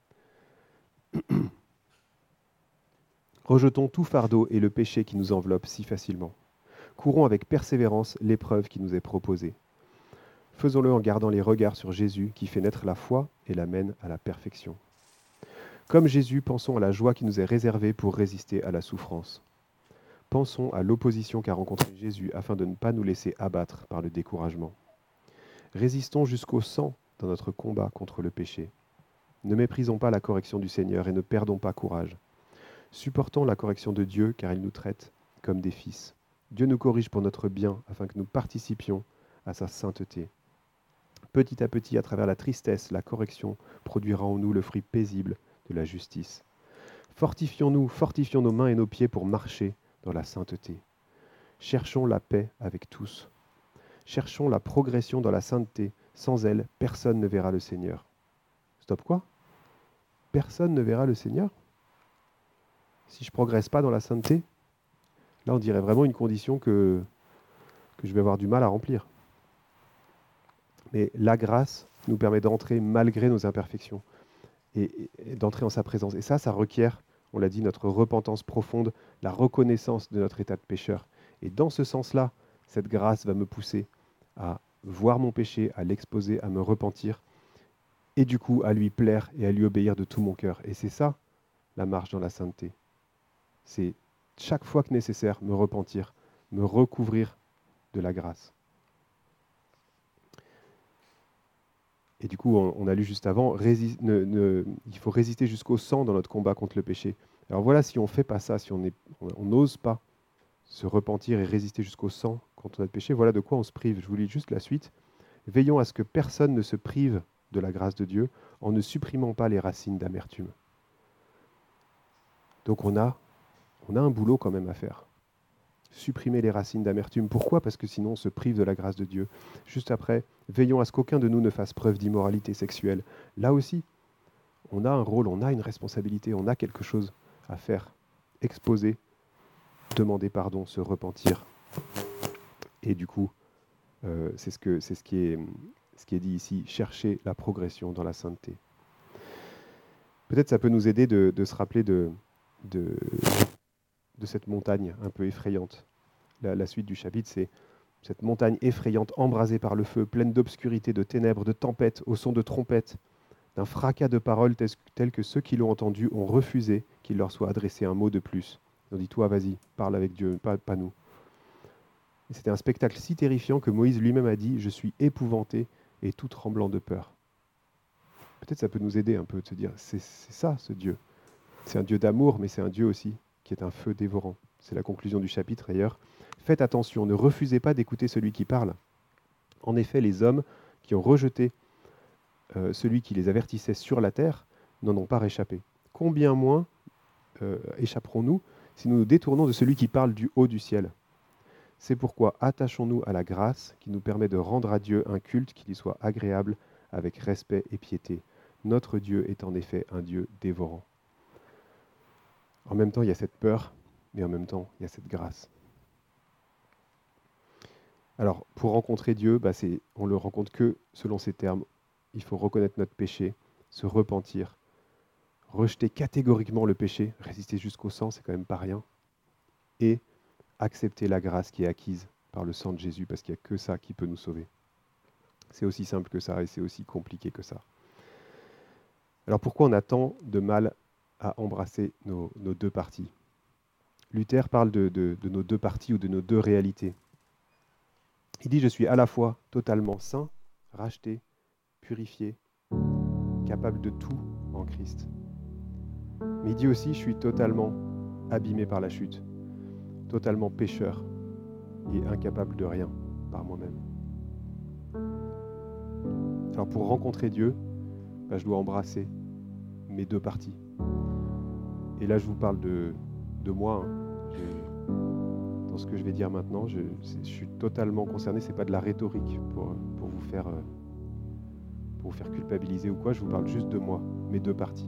Rejetons tout fardeau et le péché qui nous enveloppe si facilement. Courons avec persévérance l'épreuve qui nous est proposée. Faisons-le en gardant les regards sur Jésus qui fait naître la foi et la mène à la perfection. Comme Jésus, pensons à la joie qui nous est réservée pour résister à la souffrance. Pensons à l'opposition qu'a rencontrée Jésus afin de ne pas nous laisser abattre par le découragement. Résistons jusqu'au sang dans notre combat contre le péché. Ne méprisons pas la correction du Seigneur et ne perdons pas courage. Supportons la correction de Dieu car il nous traite comme des fils. Dieu nous corrige pour notre bien afin que nous participions à sa sainteté. Petit à petit, à travers la tristesse, la correction produira en nous le fruit paisible de la justice. Fortifions-nous, fortifions nos mains et nos pieds pour marcher dans la sainteté. Cherchons la paix avec tous. Cherchons la progression dans la sainteté. Sans elle, personne ne verra le Seigneur. Stop quoi? Personne ne verra le Seigneur? Si je ne progresse pas dans la sainteté, là on dirait vraiment une condition que, que je vais avoir du mal à remplir. Mais la grâce nous permet d'entrer malgré nos imperfections et, et d'entrer en sa présence. Et ça, ça requiert, on l'a dit, notre repentance profonde, la reconnaissance de notre état de pécheur. Et dans ce sens-là, cette grâce va me pousser à voir mon péché, à l'exposer, à me repentir, et du coup à lui plaire et à lui obéir de tout mon cœur. Et c'est ça, la marche dans la sainteté. C'est chaque fois que nécessaire, me repentir, me recouvrir de la grâce. Et du coup, on, on a lu juste avant, rési- ne, ne, il faut résister jusqu'au sang dans notre combat contre le péché. Alors voilà, si on ne fait pas ça, si on n'ose pas se repentir et résister jusqu'au sang contre notre péché, voilà de quoi on se prive. Je vous lis juste la suite. Veillons à ce que personne ne se prive de la grâce de Dieu en ne supprimant pas les racines d'amertume. Donc on a, on a un boulot quand même à faire. Supprimer les racines d'amertume. Pourquoi? Parce que sinon on se prive de la grâce de Dieu. Juste après, veillons à ce qu'aucun de nous ne fasse preuve d'immoralité sexuelle. Là aussi, on a un rôle, on a une responsabilité, on a quelque chose à faire. Exposer, demander pardon, se repentir. Et du coup, euh, c'est ce que, c'est ce qui est, ce qui est dit ici, chercher la progression dans la sainteté. Peut-être ça peut nous aider de, de se rappeler de, de, de cette montagne un peu effrayante. La, la suite du chapitre, c'est cette montagne effrayante, embrasée par le feu, pleine d'obscurité, de ténèbres, de tempêtes, au son de trompettes, d'un fracas de paroles tels que ceux qui l'ont entendu ont refusé qu'il leur soit adressé un mot de plus. Ils ont dit, toi, vas-y, parle avec Dieu, pas, pas nous. Et c'était un spectacle si terrifiant que Moïse lui-même a dit, je suis épouvanté et tout tremblant de peur. Peut-être ça peut nous aider un peu de se dire, c'est, c'est ça ce Dieu. C'est un Dieu d'amour, mais c'est un Dieu aussi qui est un feu dévorant. C'est la conclusion du chapitre d'ailleurs. Faites attention, ne refusez pas d'écouter celui qui parle. En effet, les hommes qui ont rejeté euh, celui qui les avertissait sur la terre n'en ont pas réchappé. Combien moins euh, échapperons-nous si nous nous détournons de celui qui parle du haut du ciel? C'est pourquoi attachons-nous à la grâce qui nous permet de rendre à Dieu un culte qui lui soit agréable avec respect et piété. Notre Dieu est en effet un Dieu dévorant. En même temps, il y a cette peur, mais en même temps, il y a cette grâce. Alors, pour rencontrer Dieu, bah c'est, on ne le rencontre que selon ses termes. Il faut reconnaître notre péché, se repentir, rejeter catégoriquement le péché, résister jusqu'au sang, c'est quand même pas rien, et accepter la grâce qui est acquise par le sang de Jésus, parce qu'il n'y a que ça qui peut nous sauver. C'est aussi simple que ça, et c'est aussi compliqué que ça. Alors pourquoi on a tant de mal à embrasser nos, nos deux parties? Luther parle de, de, de nos deux parties ou de nos deux réalités. Il dit, je suis à la fois totalement saint, racheté, purifié, capable de tout en Christ. Mais il dit aussi, je suis totalement abîmé par la chute, totalement pécheur et incapable de rien par moi-même. Alors pour rencontrer Dieu, bah, je dois embrasser mes deux parties. Et là, je vous parle de, de moi. Hein. Je- dans ce que je vais dire maintenant, je, je suis totalement concerné. C'est pas de la rhétorique pour, pour vous faire, euh, pour vous faire culpabiliser ou quoi. Je vous parle juste de moi, mes deux parties.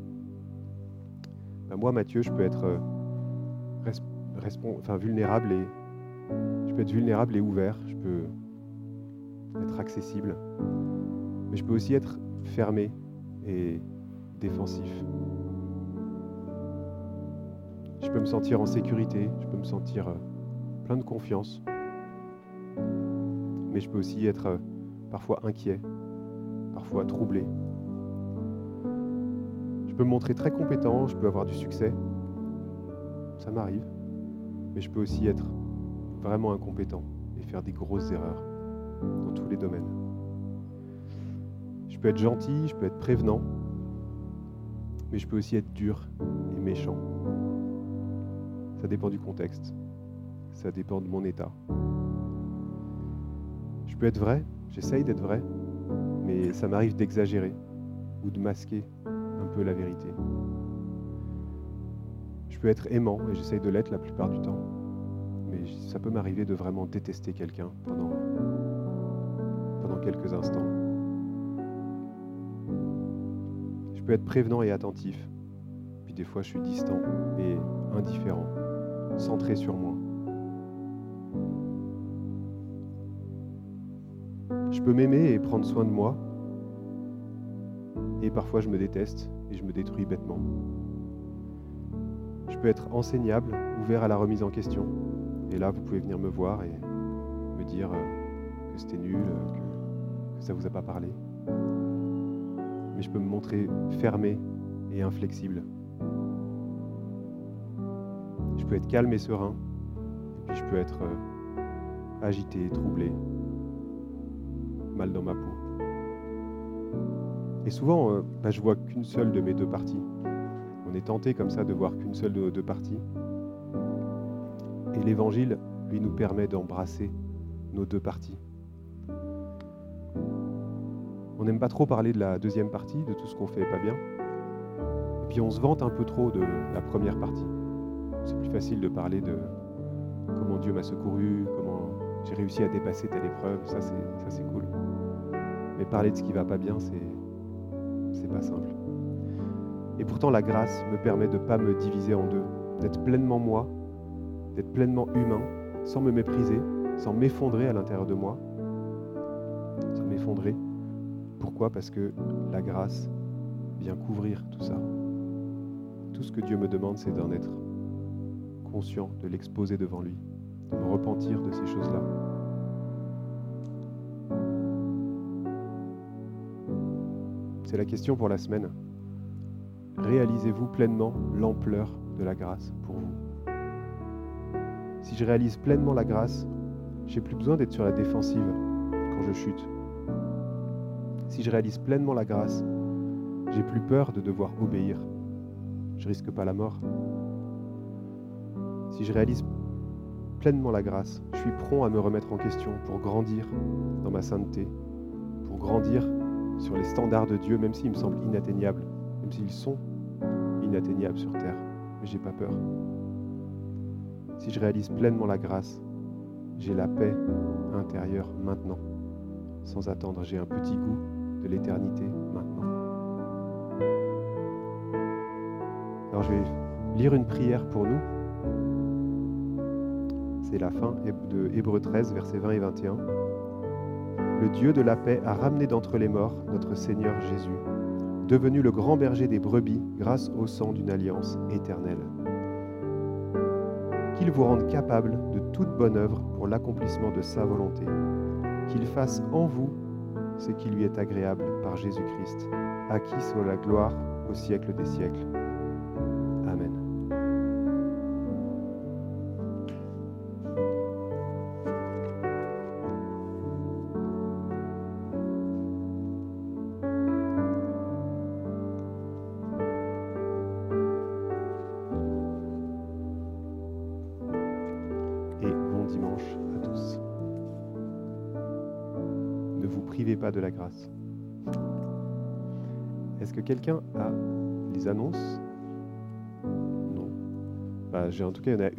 Bah, moi, Mathieu, je peux être euh, res- respon- enfin, vulnérable et je peux être vulnérable et ouvert. Je peux être accessible, mais je peux aussi être fermé et défensif. Je peux me sentir en sécurité, je peux me sentir euh, plein de confiance, mais je peux aussi être euh, parfois inquiet, parfois troublé. Je peux me montrer très compétent, je peux avoir du succès, ça m'arrive, mais je peux aussi être vraiment incompétent et faire des grosses erreurs dans tous les domaines. Je peux être gentil, je peux être prévenant, mais je peux aussi être dur et méchant. Ça dépend du contexte, ça dépend de mon état. Je peux être vrai, j'essaye d'être vrai, mais ça m'arrive d'exagérer ou de masquer un peu la vérité. Je peux être aimant, et j'essaye de l'être la plupart du temps, mais ça peut m'arriver de vraiment détester quelqu'un pendant, pendant quelques instants. Je peux être prévenant et attentif, puis des fois je suis distant et indifférent, centré sur moi. Je peux m'aimer et prendre soin de moi, et parfois je me déteste et je me détruis bêtement. Je peux être enseignable, ouvert à la remise en question, et là vous pouvez venir me voir et me dire que c'était nul, que, que ça vous a pas parlé. Mais je peux me montrer fermé et inflexible. Je peux être calme et serein, et puis je peux être euh, agité, troublé, mal dans ma peau. Et souvent, euh, bah, je vois qu'une seule de mes deux parties. On est tenté comme ça de voir qu'une seule de nos deux parties. Et l'Évangile, lui, nous permet d'embrasser nos deux parties. On n'aime pas trop parler de la deuxième partie, de tout ce qu'on fait pas bien. Et puis on se vante un peu trop de la première partie. C'est plus facile de parler de comment Dieu m'a secouru, comment j'ai réussi à dépasser telle épreuve, ça c'est, ça c'est cool. Mais parler de ce qui va pas bien, c'est, c'est pas simple. Et pourtant la grâce me permet de ne pas me diviser en deux, d'être pleinement moi, d'être pleinement humain, sans me mépriser, sans m'effondrer à l'intérieur de moi, sans m'effondrer. Pourquoi ? Parce que la grâce vient couvrir tout ça. Tout ce que Dieu me demande, c'est d'en être conscient, de l'exposer devant lui, de me repentir de ces choses-là. C'est la question pour la semaine. Réalisez-vous pleinement l'ampleur de la grâce pour vous ? Si je réalise pleinement la grâce, j'ai plus besoin d'être sur la défensive quand je chute. Si je réalise pleinement la grâce, j'ai plus peur de devoir obéir. Je risque pas la mort. Si je réalise pleinement la grâce, je suis prompt à me remettre en question pour grandir dans ma sainteté, pour grandir sur les standards de Dieu, même s'ils me semblent inatteignables, même s'ils sont inatteignables sur terre. Mais j'ai pas peur. Si je réalise pleinement la grâce, j'ai la paix intérieure maintenant. Sans attendre, j'ai un petit goût de l'éternité maintenant. Alors je vais lire une prière pour nous. C'est la fin de Hébreux treize, versets vingt et vingt et un. Le Dieu de la paix a ramené d'entre les morts notre Seigneur Jésus, devenu le grand berger des brebis grâce au sang d'une alliance éternelle. Qu'il vous rende capable de toute bonne œuvre pour l'accomplissement de sa volonté. Qu'il fasse en vous ce qui lui est agréable par Jésus-Christ, à qui soit la gloire au siècle des siècles. Amen. Et bon dimanche à tous. Ne vous privez pas de la grâce. Est-ce que quelqu'un a les annonces? Non. Bah, j'ai en tout cas, il y en a